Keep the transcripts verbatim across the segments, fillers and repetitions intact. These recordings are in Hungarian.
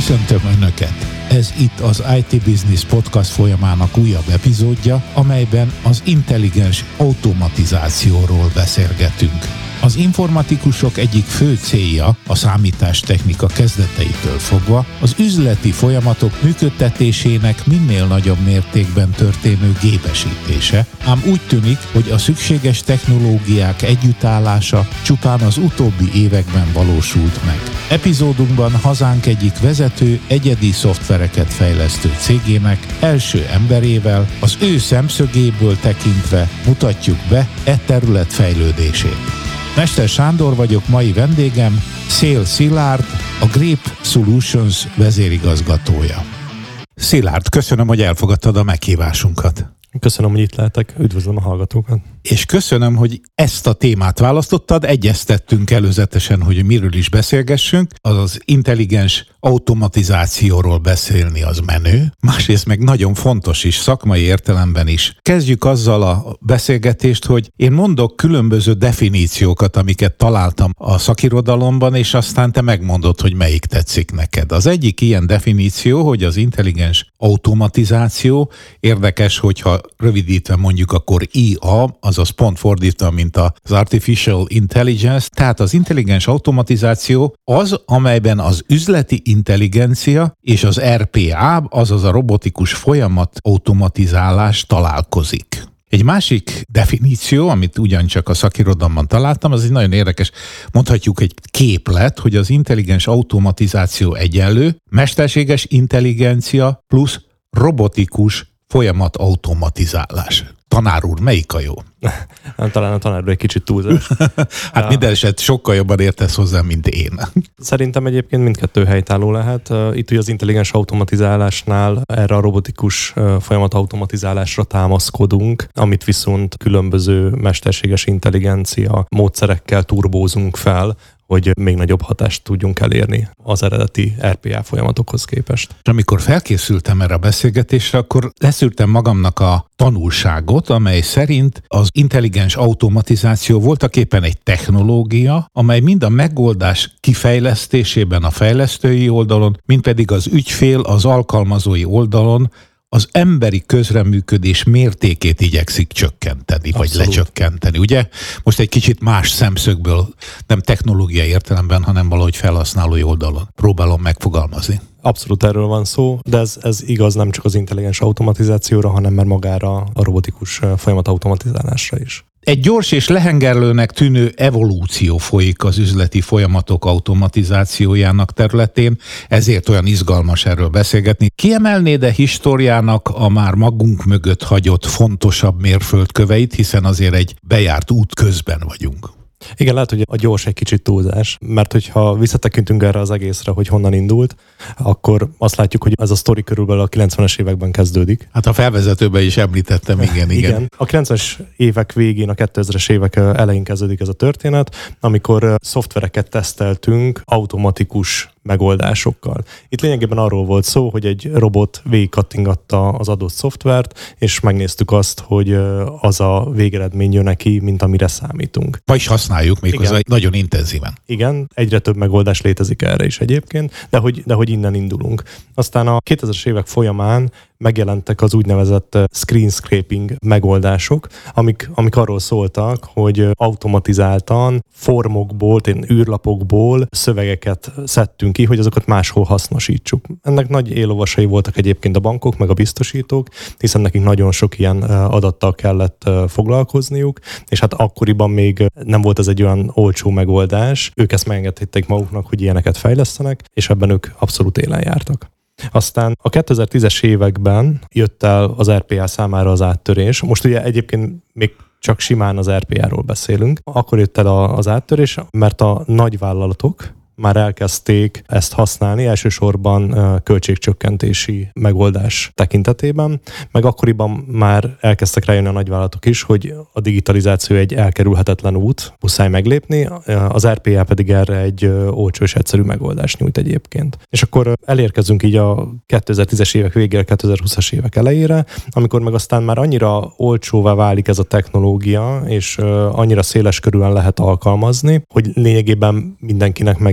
Köszöntöm Önöket! Ez itt az i té Business Podcast folyamának újabb epizódja, amelyben az intelligens automatizációról beszélgetünk. Az informatikusok egyik fő célja a számítástechnika kezdeteitől fogva az üzleti folyamatok működtetésének minél nagyobb mértékben történő gépesítése, ám úgy tűnik, hogy a szükséges technológiák együttállása csupán az utóbbi években valósult meg. Epizódunkban hazánk egyik vezető egyedi szoftvereket fejlesztő cégének első emberével, az ő szemszögéből tekintve mutatjuk be e terület fejlődését. Mester Sándor vagyok, mai vendégem Szél Szilárd, a Grip Solutions vezérigazgatója. Szilárd, köszönöm, hogy elfogadtad a meghívásunkat. Köszönöm, hogy itt lehetek, üdvözlöm a hallgatókat. És köszönöm, hogy ezt a témát választottad, egyeztettünk előzetesen, hogy miről is beszélgessünk, az intelligens automatizációról beszélni az menő, másrészt meg nagyon fontos is, szakmai értelemben is. Kezdjük azzal a beszélgetést, hogy én mondok különböző definíciókat, amiket találtam a szakirodalomban, és aztán te megmondod, hogy melyik tetszik neked. Az egyik ilyen definíció, hogy az intelligens automatizáció, érdekes, hogyha rövidítve mondjuk akkor i á, azaz pont fordítva, mint az Artificial Intelligence, tehát az intelligens automatizáció az, amelyben az üzleti intelligencia és az er pé á, azaz a robotikus folyamat automatizálás találkozik. Egy másik definíció, amit ugyancsak a szakirodalomban találtam, az egy nagyon érdekes, mondhatjuk egy képlet, hogy az intelligens automatizáció egyenlő mesterséges intelligencia plusz robotikus folyamat automatizálás. Tanár úr, melyik a jó? Talán a tanár úr egy kicsit túlzás. Hát minden eset sokkal jobban értesz hozzá, mint én. Szerintem egyébként mindkettő helytálló lehet. Itt ugye az intelligens automatizálásnál erre a robotikus folyamat automatizálásra támaszkodunk, amit viszont különböző mesterséges intelligencia módszerekkel turbózunk fel, hogy még nagyobb hatást tudjunk elérni az eredeti er pé á folyamatokhoz képest. Amikor felkészültem erre a beszélgetésre, akkor leszűrtem magamnak a tanulságot, amely szerint az intelligens automatizáció voltaképpen egy technológia, amely mind a megoldás kifejlesztésében a fejlesztői oldalon, mind pedig az ügyfél, az alkalmazói oldalon az emberi közreműködés mértékét igyekszik csökkenteni, Abszolút. vagy lecsökkenteni. Ugye? Most egy kicsit más szemszögből, nem technológiai értelemben, hanem valahogy felhasználói oldalon próbálom megfogalmazni. Abszolút erről van szó, de ez, ez igaz nem csak az intelligens automatizációra, hanem már magára a robotikus folyamat automatizálásra is. Egy gyors és lehengerlőnek tűnő evolúció folyik az üzleti folyamatok automatizációjának területén, ezért olyan izgalmas erről beszélgetni. Kiemelnéd-e históriának a már magunk mögött hagyott fontosabb mérföldköveit, hiszen azért egy bejárt út közben vagyunk? Igen, lehet, hogy a gyors egy kicsit túlzás, mert hogyha visszatekintünk erre az egészre, hogy honnan indult, akkor azt látjuk, hogy ez a sztori körülbelül a kilencvenes években kezdődik. Hát a felvezetőben is említettem, igen, igen. igen. A kilencvenes évek végén, a kétezres évek elején kezdődik ez a történet, amikor szoftvereket teszteltünk automatikus megoldásokkal. Itt lényegében arról volt szó, hogy egy robot végigkattingatta az adott szoftvert, és megnéztük azt, hogy az a végeredmény jön neki, mint amire számítunk. Ma is használjuk méghozzá nagyon intenzíven. Igen, egyre több megoldás létezik erre is egyébként, de hogy, de hogy innen indulunk. Aztán a kétezres évek folyamán megjelentek az úgynevezett screen scraping megoldások, amik, amik arról szóltak, hogy automatizáltan formokból, űrlapokból szövegeket szedtünk ki, hogy azokat máshol hasznosítsuk. Ennek nagy élovasai voltak egyébként a bankok, meg a biztosítók, hiszen nekik nagyon sok ilyen adattal kellett foglalkozniuk, és hát akkoriban még nem volt ez egy olyan olcsó megoldás. Ők ezt megengedhették maguknak, hogy ilyeneket fejlesztenek, és ebben ők abszolút élen jártak. Aztán a kétezer-tízes években jött el az er pé á számára az áttörés. Most ugye egyébként még csak simán az er pé á-ról beszélünk. Akkor jött el az áttörés, mert a nagyvállalatok már elkezdték ezt használni, elsősorban költségcsökkentési megoldás tekintetében, meg akkoriban már elkezdtek rájönni a nagyvállalatok is, hogy a digitalizáció egy elkerülhetetlen út, muszáj meglépni, az er pé á pedig erre egy olcsó és egyszerű megoldást nyújt egyébként. És akkor elérkezünk így a kétezer-tízes évek végére, kétezer-húszas évek elejére, amikor meg aztán már annyira olcsóvá válik ez a technológia, és annyira széles körülön lehet alkalmazni, hogy lényegében mindenkinek megéri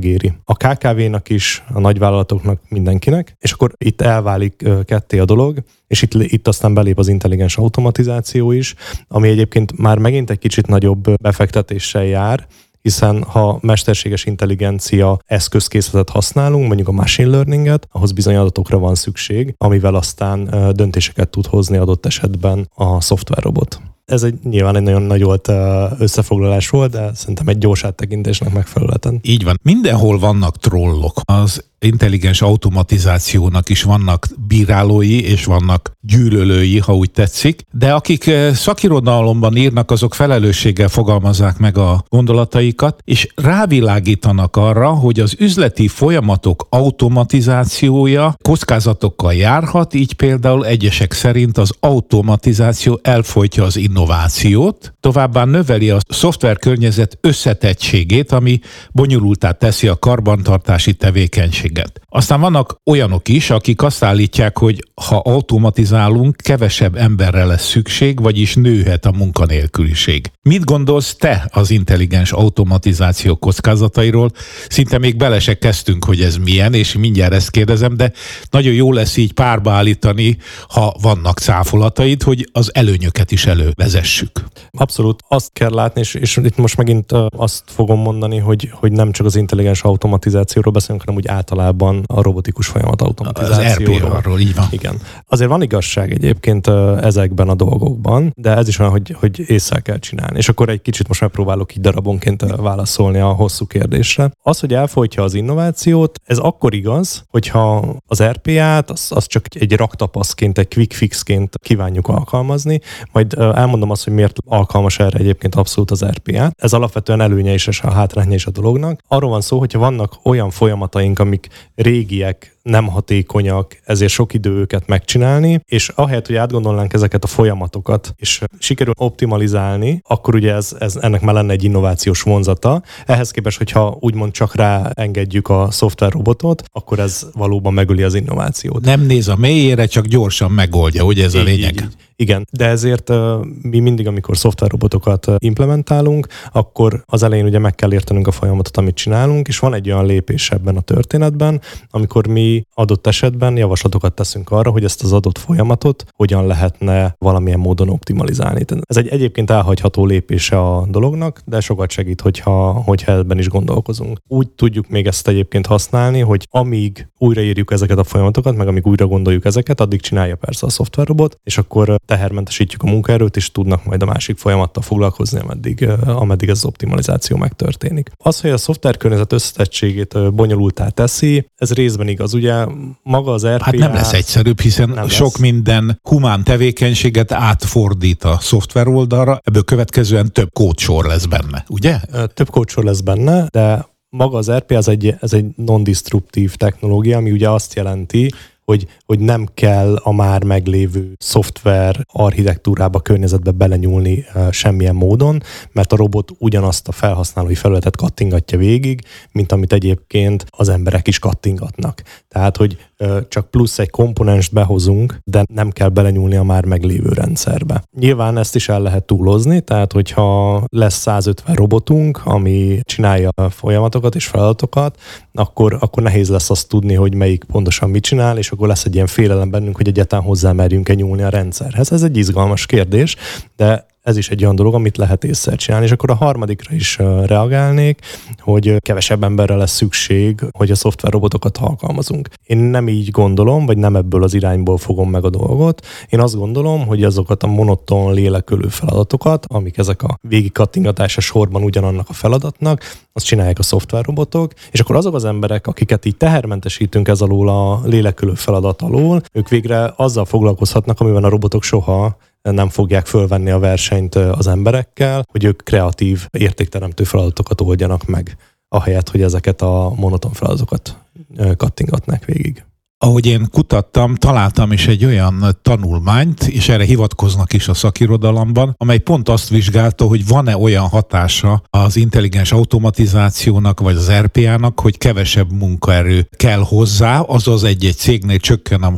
megéri. A ká ká vénak is, a nagyvállalatoknak, mindenkinek, és akkor itt elválik ketté a dolog, és itt, itt aztán belép az intelligens automatizáció is, ami egyébként már megint egy kicsit nagyobb befektetéssel jár, hiszen ha mesterséges intelligencia eszközkészletet használunk, mondjuk a machine learninget, ahhoz bizony adatokra van szükség, amivel aztán döntéseket tud hozni adott esetben a szoftverrobot. Ez egy nyilván egy nagyon nagy volt összefoglalás volt, de szerintem egy gyors áttekintésnek megfelelően. Így van. Mindenhol vannak trollok. Az intelligens automatizációnak is vannak bírálói, és vannak gyűlölői, ha úgy tetszik, de akik szakirodalomban írnak, azok felelősséggel fogalmazzák meg a gondolataikat, és rávilágítanak arra, hogy az üzleti folyamatok automatizációja kockázatokkal járhat, így például egyesek szerint az automatizáció elfojtja az innovációt, továbbá növeli a szoftverkörnyezet összetettségét, ami bonyolultá teszi a karbantartási tevékenységet. Aztán vannak olyanok is, akik azt állítják, hogy ha automatizálunk, kevesebb emberre lesz szükség, vagyis nőhet a munkanélküliség. Mit gondolsz te az intelligens automatizáció kockázatairól? Szinte még bele se kezdtünk, hogy ez milyen, és mindjárt ezt kérdezem, de nagyon jó lesz így párba állítani, ha vannak cáfolataid, hogy az előnyöket is elővezessük. Abszolút. Azt kell látni, és, és itt most megint azt fogom mondani, hogy, hogy nem csak az intelligens automatizációról beszélünk, hanem úgy általában a robotikus folyamat automatizációról. Az er pé á-ról, így van. Igen. Azért van igazság egyébként ezekben a dolgokban, de ez is olyan, hogy, hogy észre kell csinálni. És akkor egy kicsit most megpróbálok így darabonként válaszolni a hosszú kérdésre. Az, hogy elfolytja az innovációt, ez akkor igaz, hogyha az er pé á-t az, az csak egy raktapaszként, egy quick fixként kívánjuk alkalmazni, majd elmondom azt, hogy miért alkalmas erre egyébként abszolút az er pé á. Ez alapvetően előnye is, és a hátránya is a dolognak. Arról van szó, hogyha vannak olyan folyamataink, amik régiek, nem hatékonyak, ezért sok idő őket megcsinálni, és ahelyett, hogy átgondolnánk ezeket a folyamatokat, és sikerül optimalizálni, akkor ugye ez, ez ennek már lenne egy innovációs vonzata. Ehhez képest, hogyha úgymond csak ráengedjük a szoftverrobotot, akkor ez valóban megöli az innovációt. Nem néz a mélyére, csak gyorsan megoldja, ugye ez így, a lényeg? Így, így. Igen, de ezért uh, mi mindig, amikor szoftverrobotokat uh, implementálunk, akkor az elején ugye meg kell értenünk a folyamatot, amit csinálunk, és van egy olyan lépés ebben a történetben, amikor mi adott esetben javaslatokat teszünk arra, hogy ezt az adott folyamatot hogyan lehetne valamilyen módon optimalizálni. Ez egy egyébként elhagyható lépése a dolognak, de sokat segít, hogyha, hogyha ebben is gondolkozunk. Úgy tudjuk még ezt egyébként használni, hogy amíg újraírjuk ezeket a folyamatokat, meg amíg újra gondoljuk ezeket, addig csinálja persze a szoftverrobot, és akkor tehermentesítjük a munkaerőt, és tudnak majd a másik folyamattal foglalkozni, ameddig, ameddig ez az optimalizáció megtörténik. Az, hogy a szoftverkörnyezet összetettségét bonyolultá teszi, ez részben igaz. Ugye maga az er pé á... Hát nem lesz egyszerűbb, hiszen sok lesz. Minden humán tevékenységet átfordít a szoftver oldalra, ebből következően több kódsor lesz benne, ugye? Több kódsor lesz benne, de maga az er pé á ez egy, ez egy non-disruptív technológia, ami ugye azt jelenti, Hogy, hogy nem kell a már meglévő szoftver architektúrába, környezetbe belenyúlni uh, semmilyen módon, mert a robot ugyanazt a felhasználói felületet kattingatja végig, mint amit egyébként az emberek is kattingatnak. Tehát, hogy uh, csak plusz egy komponenst behozunk, de nem kell belenyúlni a már meglévő rendszerbe. Nyilván ezt is el lehet túlozni, tehát hogyha lesz százötven robotunk, ami csinálja a folyamatokat és feladatokat, akkor, akkor nehéz lesz azt tudni, hogy melyik pontosan mit csinál, és akkor lesz egy ilyen félelem bennünk, hogy egyáltalán hozzámerjünk-e nyúlni a rendszerhez. Ez egy izgalmas kérdés, de ez is egy olyan dolog, amit lehet észre csinálni. És akkor a harmadikra is reagálnék, hogy kevesebb emberre lesz szükség, hogy a szoftverrobotokat alkalmazunk. Én nem így gondolom, vagy nem ebből az irányból fogom meg a dolgot. Én azt gondolom, hogy azokat a monoton lélekölő feladatokat, amik ezek a végig kattingatása sorban ugyanannak a feladatnak, azt csinálják a szoftverrobotok, és akkor azok az emberek, akiket így tehermentesítünk ez alól a lélekölő feladat alól, ők végre azzal foglalkozhatnak, amiben a robotok soha nem fogják fölvenni a versenyt az emberekkel, hogy ők kreatív, értékteremtő feladatokat oldjanak meg, ahelyett, hogy ezeket a monoton feladatokat kattingatnák végig. Ahogy én kutattam, találtam is egy olyan tanulmányt, és erre hivatkoznak is a szakirodalomban, amely pont azt vizsgálta, hogy van-e olyan hatása az intelligens automatizációnak, vagy az er pé á-nak, hogy kevesebb munkaerő kell hozzá, azaz egy-egy cégnél csökken a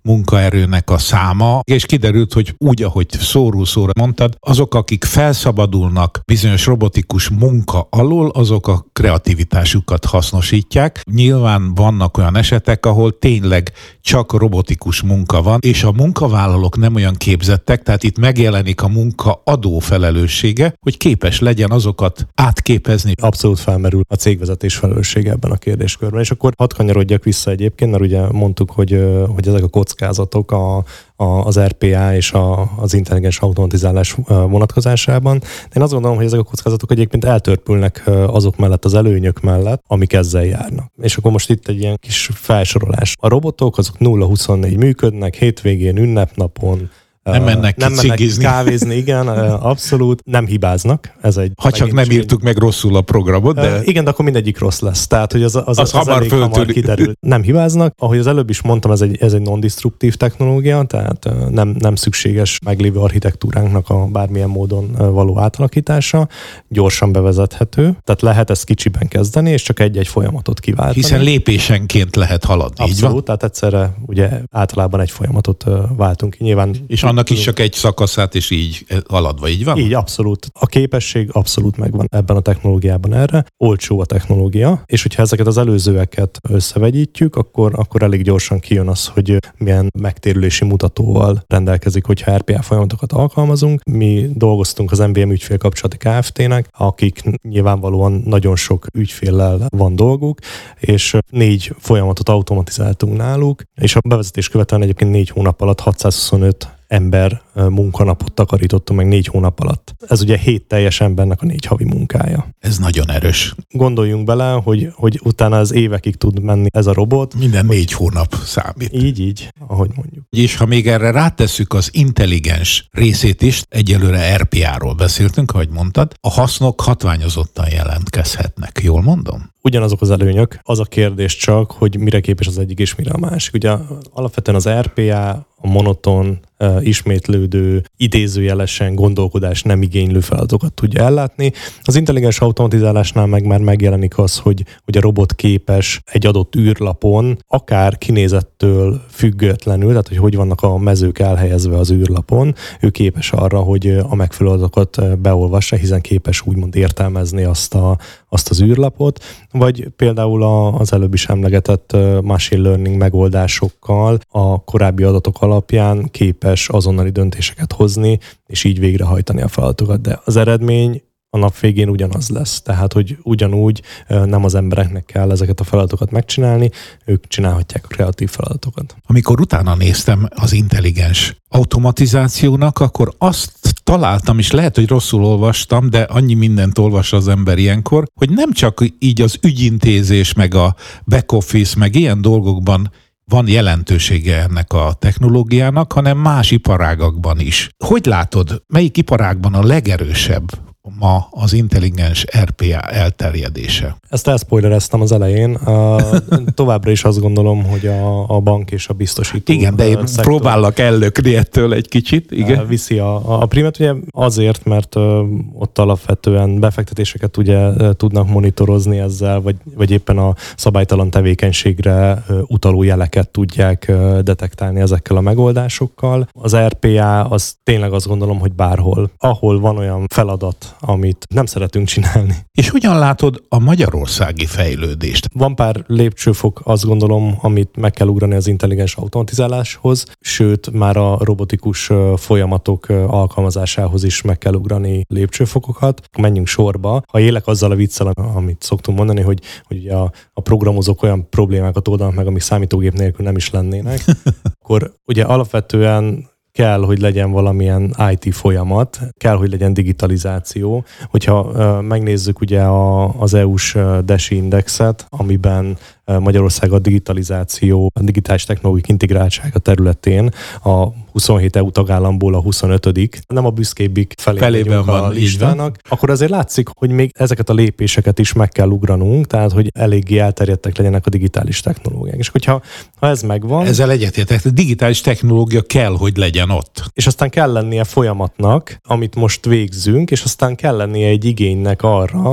munkaerőnek a száma, és kiderült, hogy úgy, ahogy szóró szóra mondtad, azok, akik felszabadulnak bizonyos robotikus munka alól, azok a kreativitásukat hasznosítják. Nyilván vannak olyan esetek, ahol tényleg csak robotikus munka van, és a munkavállalók nem olyan képzettek, tehát itt megjelenik a munkaadó felelőssége, hogy képes legyen azokat átképezni. Abszolút felmerül a cégvezetés felelőssége ebben a kérdéskörben. És akkor hadd kanyarodjak vissza egyébként, mert ugye mondtuk, hogy, hogy ezek a kockázatok a, a, az er pé á és a, az intelligens automatizálás vonatkozásában. De én azt gondolom, hogy ezek a kockázatok egyébként eltörpülnek azok mellett, az előnyök mellett, amik ezzel járnak. És akkor most itt egy ilyen kis felsorolás. A robotok azok nulla huszonnégy működnek, hétvégén, ünnepnapon, Nem mennek nem mennek kávézni, igen, abszolút. Nem hibáznak. Ez egy ha csak nem írtuk egy... meg rosszul a programot, de... Igen, de akkor mindegyik rossz lesz. Tehát, hogy az, az, az, az, az hamar, hamar kiderül. Nem hibáznak. Ahogy az előbb is mondtam, ez egy, ez egy non-destruktív technológia, tehát nem, nem szükséges meglévő architektúránknak a bármilyen módon való átalakítása. Gyorsan bevezethető. Tehát lehet ezt kicsiben kezdeni, és csak egy-egy folyamatot kiváltani. Hiszen lépésenként lehet haladni. Abszolút, tehát egyszerre ugye általában egy folyamatot váltunk ki. Nyilván és annak is csak egy szakaszát, és így haladva, így van? Így, abszolút. A képesség abszolút megvan ebben a technológiában erre. Olcsó a technológia, és hogyha ezeket az előzőeket összevegyítjük, akkor, akkor elég gyorsan kijön az, hogy milyen megtérülési mutatóval rendelkezik, hogyha er pé á folyamatokat alkalmazunk. Mi dolgoztunk az em vé em ügyfélkapcsolati Kft-nek, akik nyilvánvalóan nagyon sok ügyféllel van dolguk, és négy folyamatot automatizáltunk náluk, és a bevezetés követően egyébként négy hónap alatt hatszázhuszonöt ember munkanapot takarítottunk meg négy hónap alatt. Ez ugye hét teljes embernek a négy havi munkája. Ez nagyon erős. Gondoljunk bele, hogy, hogy utána az évekig tud menni ez a robot. Minden négy hónap számít. Így, így, ahogy mondjuk. És ha még erre rátesszük az intelligens részét is, egyelőre er pé á-ról beszéltünk, ahogy mondtad, a hasznok hatványozottan jelentkezhetnek. Jól mondom? Ugyanazok az előnyök. Az a kérdés csak, hogy mire képes az egyik és mire a másik. Ugye alapvetően az er pé á a monoton, ismétlődő, idézőjelesen gondolkodás nem igénylő feladatokat tudja ellátni. Az intelligens automatizálásnál meg már megjelenik az, hogy, hogy a robot képes egy adott űrlapon, akár kinézettől függetlenül, tehát hogy hogy vannak a mezők elhelyezve az űrlapon, ő képes arra, hogy a megfelelő adatokat beolvassa, hiszen képes úgymond értelmezni azt, a, azt az űrlapot, vagy például az előbb is emlegetett machine learning megoldásokkal a korábbi adatok alapján képes azonnali döntéseket hozni, és így végrehajtani a feladatokat. De az eredmény a nap végén ugyanaz lesz. Tehát, hogy ugyanúgy nem az embereknek kell ezeket a feladatokat megcsinálni, ők csinálhatják a kreatív feladatokat. Amikor utána néztem az intelligens automatizációnak, akkor azt találtam, és lehet, hogy rosszul olvastam, de annyi mindent olvas az ember ilyenkor, hogy nem csak így az ügyintézés, meg a back office, meg ilyen dolgokban van jelentősége ennek a technológiának, hanem más iparágakban is. Hogy látod, melyik iparágban a legerősebb ma az intelligens er pé á elterjedése? Ezt elszpoilereztem az elején. Uh, továbbra is azt gondolom, hogy a, a bank és a biztosító igen, de én szektor, próbálok ellökni ettől egy kicsit. Igen. Uh, viszi a, a primet, ugye azért, mert uh, ott alapvetően befektetéseket ugye uh, tudnak monitorozni ezzel, vagy, vagy éppen a szabálytalan tevékenységre uh, utaló jeleket tudják uh, detektálni ezekkel a megoldásokkal. Az er pé á az tényleg azt gondolom, hogy bárhol, ahol van olyan feladat, amit nem szeretünk csinálni. És hogyan látod a magyarországi fejlődést? Van pár lépcsőfok, azt gondolom, amit meg kell ugrani az intelligens automatizáláshoz, sőt, már a robotikus folyamatok alkalmazásához is meg kell ugrani lépcsőfokokat. Menjünk sorba. Ha élek azzal a viccel, amit szoktunk mondani, hogy, hogy a, a programozók olyan problémákat oldanak meg, amik számítógép nélkül nem is lennének, akkor ugye alapvetően kell, hogy legyen valamilyen i té folyamat, kell, hogy legyen digitalizáció. Hogyha uh, megnézzük ugye a, az é u-s uh, DESI indexet, amiben uh, Magyarország a digitalizáció, a digitális technológiai integráltsága területén a huszonhét é u tagállamból a huszonötödik nem a büszkébbik felé felében van a listának, akkor azért látszik, hogy még ezeket a lépéseket is meg kell ugranunk, tehát hogy eléggé elterjedtek legyenek a digitális technológiák. És hogyha ha ez megvan... Ezzel egyetértek, a digitális technológia kell, hogy legyen ott. És aztán kell lennie folyamatnak, amit most végzünk, és aztán kell lennie egy igénynek arra,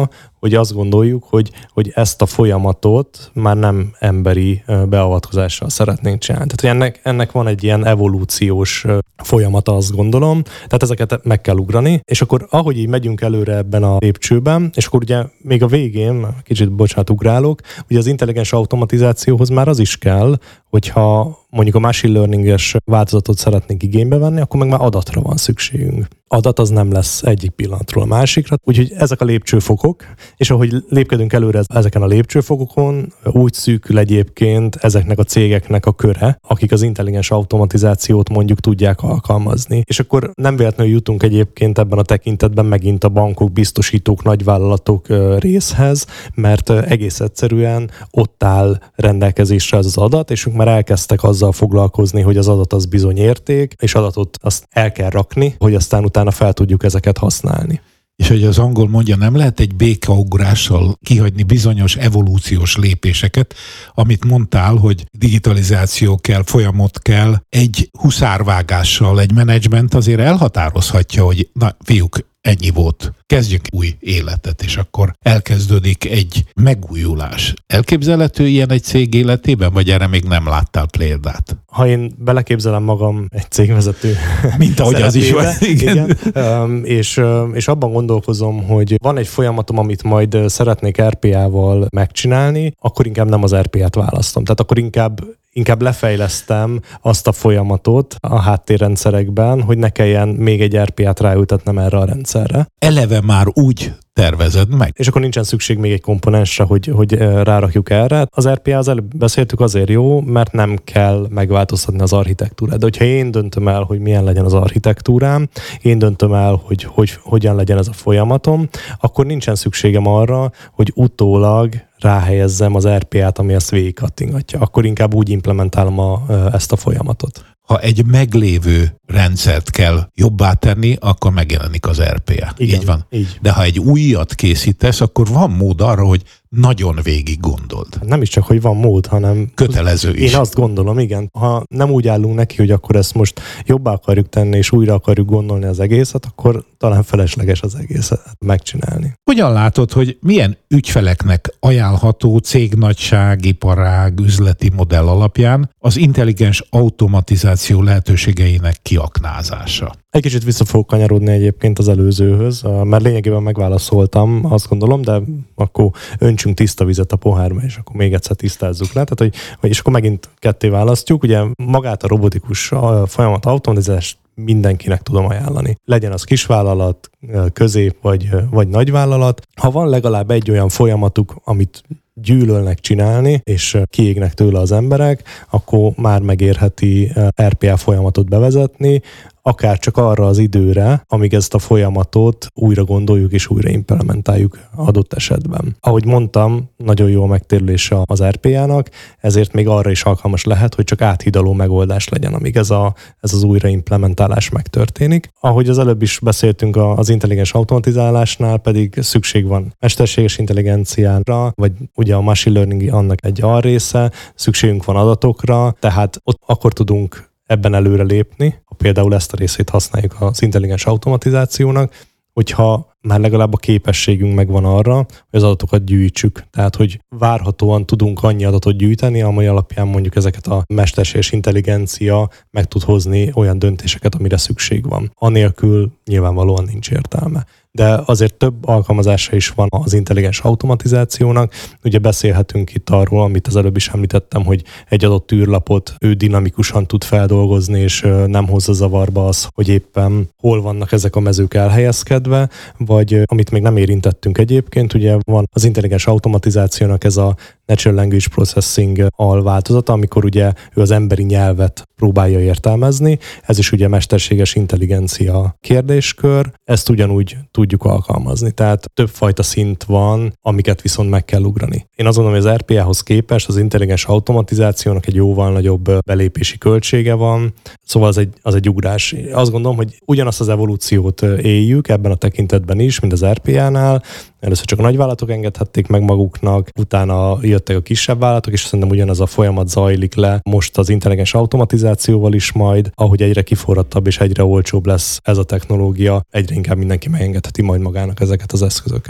hogy azt gondoljuk, hogy, hogy ezt a folyamatot már nem emberi beavatkozással szeretnénk csinálni. Tehát ennek, ennek van egy ilyen evolúciós folyamata, azt gondolom, tehát ezeket meg kell ugrani, és akkor ahogy így megyünk előre ebben a lépcsőben, és akkor ugye még a végén, kicsit bocsánat, ugrálok, ugye az intelligens automatizációhoz már az is kell, hogyha mondjuk a machine learning-es változatot szeretnénk igénybe venni, akkor meg már adatra van szükségünk. Adat az nem lesz egyik pillanatról a másikra, úgyhogy ezek a lépcsőfokok, és ahogy lépkedünk előre ezeken a lépcsőfokokon, úgy szűkül egyébként ezeknek a cégeknek a köre, akik az intelligens automatizációt mondjuk tudják alkalmazni. És akkor nem véletlenül jutunk egyébként ebben a tekintetben megint a bankok, biztosítók, nagyvállalatok részhez, mert egész egyszerűen ott áll rendelkezésre ez az adat, és ők már elkezdtek azzal foglalkozni, hogy az adat az bizony érték, és adatot azt el kell rakni, hogy aztán utána fel tudjuk ezeket használni. És hogy az angol mondja, nem lehet egy békaugrással kihagyni bizonyos evolúciós lépéseket, amit mondtál, hogy digitalizáció kell, folyamat kell, egy huszárvágással egy menedzsment azért elhatározhatja, hogy na fiúk, ennyi volt. Kezdjünk új életet, és akkor elkezdődik egy megújulás. Elképzelhető ilyen egy cég életében, vagy erre még nem láttál példát? Ha én beleképzelem magam egy cégvezető mint ahogy az is van. Igen. igen. és, és abban gondolkozom, hogy van egy folyamatom, amit majd szeretnék er pé á-val megcsinálni, akkor inkább nem az er pé á-t választom. Tehát akkor inkább Inkább lefejlesztem azt a folyamatot a háttérrendszerekben, hogy ne kelljen még egy er pé á-t ráültetnem erre a rendszerre. Eleve már úgy tervezed meg. És akkor nincsen szükség még egy komponensre, hogy, hogy rárakjuk erre. Az er pé á, az előbb beszéltük, azért jó, mert nem kell megváltoztatni az architektúrát. De hogyha én döntöm el, hogy milyen legyen az architektúrám, én döntöm el, hogy, hogy hogyan legyen ez a folyamatom, akkor nincsen szükségem arra, hogy utólag ráhelyezzem az er pé á-t, ami ezt végigkattingatja. Akkor inkább úgy implementálom a, ezt a folyamatot. Ha egy meglévő rendszert kell jobbá tenni, akkor megjelenik az er pé á. Igen, így van. Így. De ha egy újat készítesz, akkor van mód arra, hogy nagyon végig gondold. Nem is csak, hogy van mód, hanem kötelező is. Én azt gondolom, igen. Ha nem úgy állunk neki, hogy akkor ezt most jobbá akarjuk tenni, és újra akarjuk gondolni az egészet, akkor talán felesleges az egészet megcsinálni. Hogyan látod, hogy milyen ügyfeleknek ajánlható cégnagyság, iparág, üzleti modell alapján az intelligens automatizáció lehetőségeinek kiaknázása? Egy kicsit vissza fogok kanyarodni egyébként az előzőhöz, mert lényegében megválaszoltam, azt gondolom, de akkor öntsünk tiszta vizet a pohárba, és akkor még egyszer tisztázzuk le. Tehát, hogy, és akkor megint ketté választjuk. Ugye magát a robotikus folyamat automatizálást mindenkinek tudom ajánlani. Legyen az kisvállalat, közép vagy, vagy nagyvállalat. Ha van legalább egy olyan folyamatuk, amit gyűlölnek csinálni, és kiégnek tőle az emberek, akkor már megérheti er pé á folyamatot bevezetni, akár csak arra az időre, amíg ezt a folyamatot újra gondoljuk és újra implementáljuk adott esetben. Ahogy mondtam, nagyon jó a megtérülése az er pé á-nak, ezért még arra is alkalmas lehet, hogy csak áthidaló megoldás legyen, amíg ez, a, ez az újraimplementálás megtörténik. Ahogy az előbb is beszéltünk az intelligens automatizálásnál, pedig szükség van mesterséges intelligenciára, vagy ugye a machine learning annak egy alrésze, szükségünk van adatokra, tehát ott akkor tudunk ebben előre lépni, ha például ezt a részét használjuk az intelligens automatizációnak, hogyha már legalább a képességünk megvan arra, hogy az adatokat gyűjtsük. Tehát, hogy várhatóan tudunk annyi adatot gyűjteni, amely alapján mondjuk ezeket a mesterséges intelligencia meg tud hozni olyan döntéseket, amire szükség van. Anélkül nyilvánvalóan nincs értelme. De azért több alkalmazása is van az intelligens automatizációnak. Ugye beszélhetünk itt arról, amit az előbb is említettem, hogy egy adott űrlapot ő dinamikusan tud feldolgozni, és nem hozza zavarba az, hogy éppen hol vannak ezek a mezők elhelyezkedve, vagy amit még nem érintettünk egyébként, ugye van az intelligens automatizációnak ez a Natural Language Processing alváltozata, amikor ugye ő az emberi nyelvet próbálja értelmezni. Ez is ugye mesterséges intelligencia kérdéskör. Ezt ugyanúgy tudjuk alkalmazni. Tehát többfajta szint van, amiket viszont meg kell ugrani. Én azt gondolom, hogy az er pé á-hoz képest az intelligens automatizációnak egy jóval nagyobb belépési költsége van. Szóval az egy, az egy ugrás. Azt gondolom, hogy ugyanazt az evolúciót éljük ebben a tekintetben is, mint az er pé á-nál. Először csak a nagyvállalatok engedhették meg maguknak, utána jöttek a kisebb vállalatok, és szerintem ugyanaz a folyamat zajlik le most az intelligens automatizációval is majd, ahogy egyre kiforradtabb és egyre olcsóbb lesz ez a technológia, egyre inkább mindenki megengedheti majd magának ezeket az eszközöket.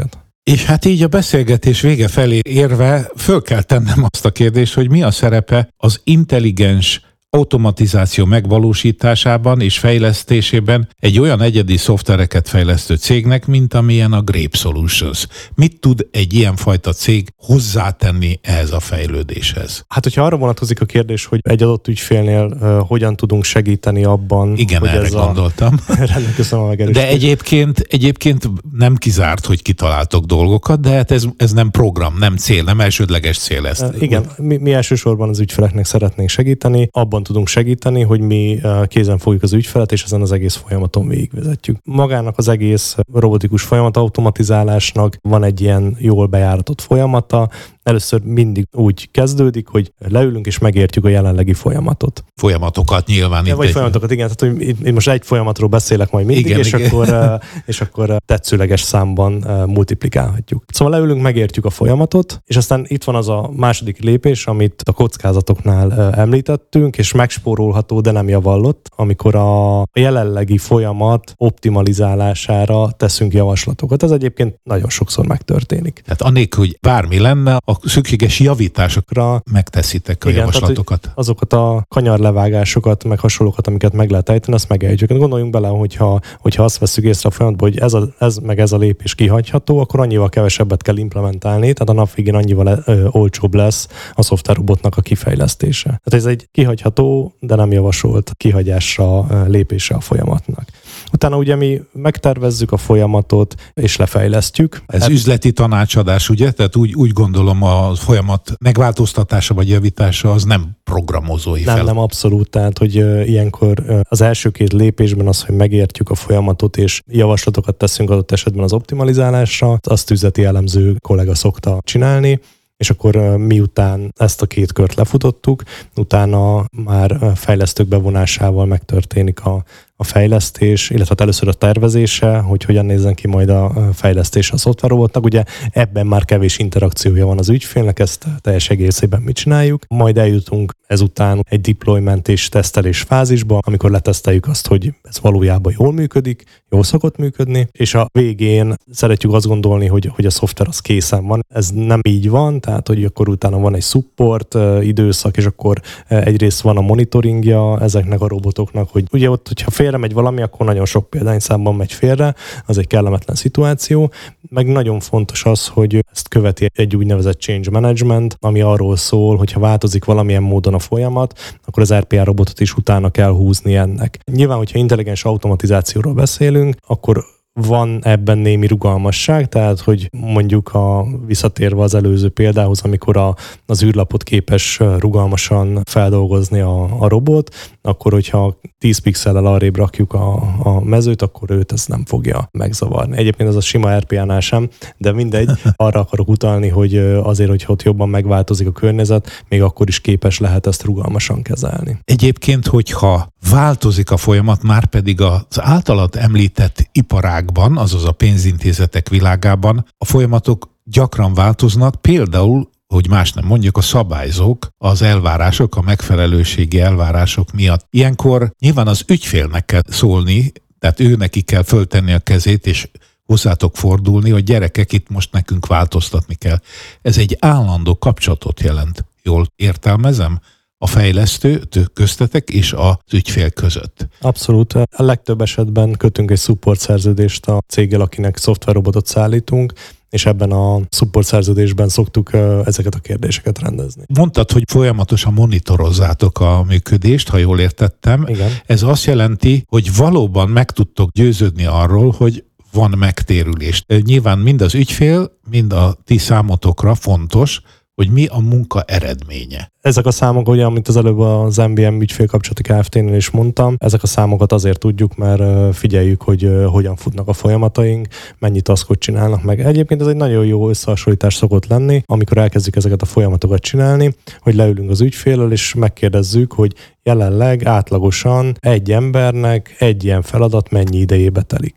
És hát így a beszélgetés vége felé érve föl kell tennem azt a kérdést, hogy mi a szerepe az intelligens automatizáció megvalósításában és fejlesztésében egy olyan egyedi szoftvereket fejlesztő cégnek, mint amilyen a Grape Solutions. Mit tud egy ilyenfajta cég hozzátenni ehhez a fejlődéshez? Hát, hogyha arra vonatkozik a kérdés, hogy egy adott ügyfélnél uh, hogyan tudunk segíteni abban, igen, hogy erre ez gondoltam. A... Rendben, köszönöm a megerősítést. De egyébként, egyébként nem kizárt, hogy kitaláltok dolgokat, de hát ez, ez nem program, nem cél, nem elsődleges cél ezt. Uh, igen, mi, mi elsősorban az ügyfeleknek szeretnénk segíteni, abban tudunk segíteni, hogy mi kézen fogjuk az ügyfelet, és ezen az egész folyamaton végigvezetjük. Magának az egész robotikus folyamat automatizálásnak van egy ilyen jól bejáratott folyamata. Először mindig úgy kezdődik, hogy leülünk és megértjük a jelenlegi folyamatot. Folyamatokat nyilván. Ja, vagy egy... folyamatokat, igen. Tehát, hogy itt most egy folyamatról beszélek majd mindig, igen, és, igen. Akkor, és akkor tetszőleges számban multiplikálhatjuk. Szóval leülünk, megértjük a folyamatot, és aztán itt van az a második lépés, amit a kockázatoknál említettünk, és megspórolható, de nem javallott, amikor a jelenlegi folyamat optimalizálására teszünk javaslatokat. Ez egyébként nagyon sokszor megtörténik. Tehát anélkül, hogy bármi lenne, a szükséges javításokra megteszitek a igen, javaslatokat. Tehát, azokat a kanyarlevágásokat, meg hasonlókat, amiket meg lehet ejteni, azt megejtjük. Gondoljunk bele, hogyha, hogyha azt veszük észre a folyamatban, hogy ez, a, ez meg ez a lépés kihagyható, akkor annyival kevesebbet kell implementálni, tehát a nap végén annyival ö, olcsóbb lesz a szoftverrobotnak a kifejlesztése. Tehát ez egy kihagyható, de nem javasolt kihagyásra ö, lépése a folyamatnak. Utána ugye mi megtervezzük a folyamatot, és lefejlesztjük. Ez hát, üzleti tanácsadás, ugye? Tehát úgy, úgy gondolom, a folyamat megváltoztatása vagy javítása az nem programozói nem, fel. Nem, abszolút. Tehát, hogy uh, ilyenkor uh, az első két lépésben az, hogy megértjük a folyamatot, és javaslatokat teszünk adott esetben az optimalizálásra, azt üzleti elemző kollega szokta csinálni, és akkor uh, miután ezt a két kört lefutottuk, utána már uh, fejlesztők bevonásával megtörténik a a fejlesztés, illetve hát először a tervezése, hogy hogyan nézzen ki majd a fejlesztés a szoftverrobotnak. Ugye ebben már kevés interakciója van az ügyfélnek, ezt teljes egészében mi csináljuk. Majd eljutunk ezután egy deployment és tesztelés fázisba, amikor leteszteljük azt, hogy ez valójában jól működik, jól szokott működni, és a végén szeretjük azt gondolni, hogy, hogy a szoftver az készen van. Ez nem így van, tehát hogy akkor utána van egy support időszak, és akkor egyrészt van a monitoringja ezeknek a robotoknak, hogy ugye ott, hogyha félre megy valami, akkor nagyon sok példányszámban megy félre, az egy kellemetlen szituáció, meg nagyon fontos az, hogy ezt követi egy úgynevezett change management, ami arról szól, hogyha változik valamilyen módon a folyamat, akkor az er pé á robotot is utána kell húzni ennek. Nyilván, hogyha intelligens automatizációról beszélünk, akkor van ebben némi rugalmasság, tehát hogy mondjuk a visszatérve az előző példához, amikor a, az űrlapot képes rugalmasan feldolgozni a, a robot, akkor hogyha tíz pixellel arrébb rakjuk a, a mezőt, akkor őt ez nem fogja megzavarni. Egyébként ez a sima er pé á-nál sem, de mindegy, arra akarok utalni, hogy azért, hogyha ott jobban megváltozik a környezet, még akkor is képes lehet ezt rugalmasan kezelni. Egyébként, hogyha változik a folyamat, már pedig az általad említett iparágban, azaz a pénzintézetek világában a folyamatok gyakran változnak, például, hogy más nem mondjuk, a szabályzók, az elvárások, a megfelelőségi elvárások miatt. Ilyenkor nyilván az ügyfélnek kell szólni, tehát ő neki kell föltenni a kezét, és hozzátok fordulni, hogy gyerekek, itt most nekünk változtatni kell. Ez egy állandó kapcsolatot jelent. Jól értelmezem? A fejlesztő köztetek és az ügyfél között. Abszolút. A legtöbb esetben kötünk egy support szerződést a céggel, akinek szoftverrobotot szállítunk, és ebben a support szerződésben szoktuk ezeket a kérdéseket rendezni. Mondtad, hogy folyamatosan monitorozzátok a működést, ha jól értettem. Igen. Ez azt jelenti, hogy valóban meg tudtok győződni arról, hogy van megtérülés. Nyilván mind az ügyfél, mind a ti számotokra fontos, hogy mi a munka eredménye. Ezek a számok, ugye, amit az előbb az em bé em ügyfélkapcsolati Kft-nél is mondtam, ezek a számokat azért tudjuk, mert figyeljük, hogy hogyan futnak a folyamataink, mennyi taskot csinálnak meg. Egyébként ez egy nagyon jó összehasonlítás szokott lenni, amikor elkezdjük ezeket a folyamatokat csinálni, hogy leülünk az ügyféllel, és megkérdezzük, hogy jelenleg átlagosan egy embernek egy ilyen feladat mennyi idejébe telik.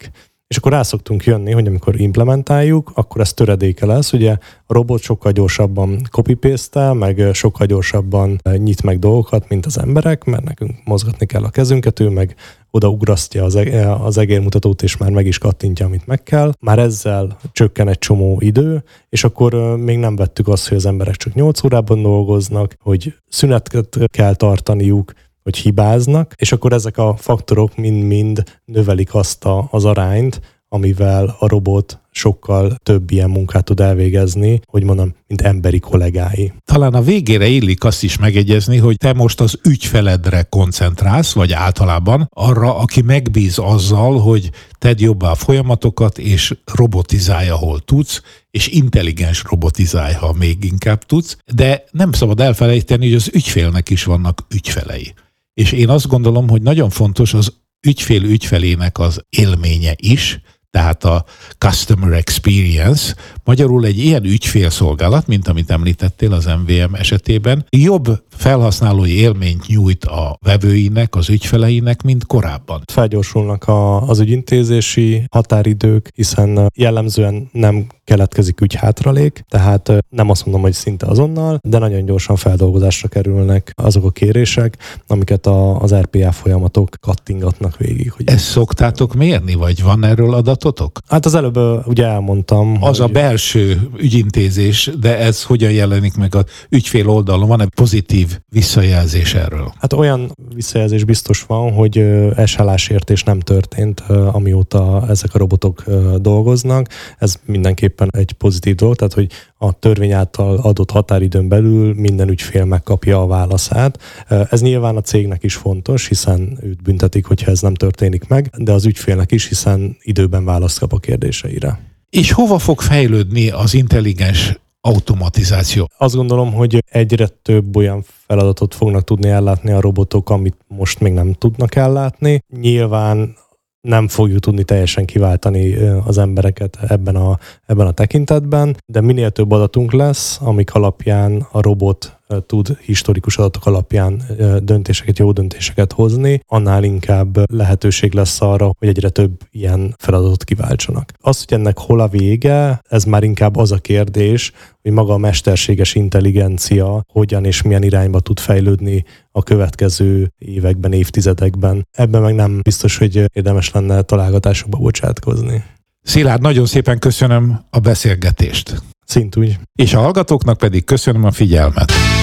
És akkor rá szoktunk jönni, hogy amikor implementáljuk, akkor ez töredéke lesz. Ugye a robot sokkal gyorsabban copy-paste-tel, meg sokkal gyorsabban nyit meg dolgokat, mint az emberek, mert nekünk mozgatni kell a kezünket, ő meg odaugrasztja az, e- az egérmutatót, és már meg is kattintja, amit meg kell. Már ezzel csökken egy csomó idő, és akkor még nem vettük azt, hogy az emberek csak nyolc órában dolgoznak, hogy szünetet kell tartaniuk, hogy hibáznak, és akkor ezek a faktorok mind-mind növelik azt a, az arányt, amivel a robot sokkal több ilyen munkát tud elvégezni, hogy mondom, mint emberi kollégái. Talán a végére illik azt is megegyezni, hogy te most az ügyfeledre koncentrálsz, vagy általában arra, aki megbíz azzal, hogy tedd jobbá a folyamatokat, és robotizálj, ahol tudsz, és intelligens robotizálj, ha még inkább tudsz, de nem szabad elfelejteni, hogy az ügyfélnek is vannak ügyfelei. És én azt gondolom, hogy nagyon fontos az ügyfél ügyfelének az élménye is, tehát a customer experience, magyarul egy ilyen ügyfélszolgálat, mint amit említettél az em vé em esetében, jobb felhasználói élményt nyújt a vevőinek, az ügyfeleinek, mint korábban. Felgyorsulnak a, az ügyintézési határidők, hiszen jellemzően nem keletkezik ügyhátralék, tehát nem azt mondom, hogy szinte azonnal, de nagyon gyorsan feldolgozásra kerülnek azok a kérések, amiket a, az er pé á folyamatok kattingatnak végig. Hogy ezt szoktátok mérni, vagy van erről adatotok? Hát az előbb ugye elmondtam. Az hogy... a belső ügyintézés, de ez hogyan jelenik meg az ügyfél oldalon? Van-e pozitív visszajelzés erről? Hát olyan visszajelzés biztos van, hogy esállásértés nem történt, amióta ezek a robotok dolgoznak. Ez mindenképpen egy pozitív dolog, tehát hogy a törvény által adott határidőn belül minden ügyfél megkapja a válaszát. Ez nyilván a cégnek is fontos, hiszen őt büntetik, hogyha ez nem történik meg, de az ügyfélnek is, hiszen időben választ kap a kérdéseire. És hova fog fejlődni az intelligens automatizáció? Azt gondolom, hogy egyre több olyan feladatot fognak tudni ellátni a robotok, amit most még nem tudnak ellátni. Nyilván nem fogjuk tudni teljesen kiváltani az embereket ebben a, ebben a tekintetben, de minél több adatunk lesz, amik alapján a robot tud historikus adatok alapján döntéseket, jó döntéseket hozni, annál inkább lehetőség lesz arra, hogy egyre több ilyen feladatot kiváltsanak. Az, hogy ennek hol a vége, ez már inkább az a kérdés, hogy maga a mesterséges intelligencia hogyan és milyen irányba tud fejlődni a következő években, évtizedekben. Ebben meg nem biztos, hogy érdemes lenne találgatásokba bocsátkozni. Szilárd, nagyon szépen köszönöm a beszélgetést. Szintúgy. És a hallgatóknak pedig köszönöm a figyelmet.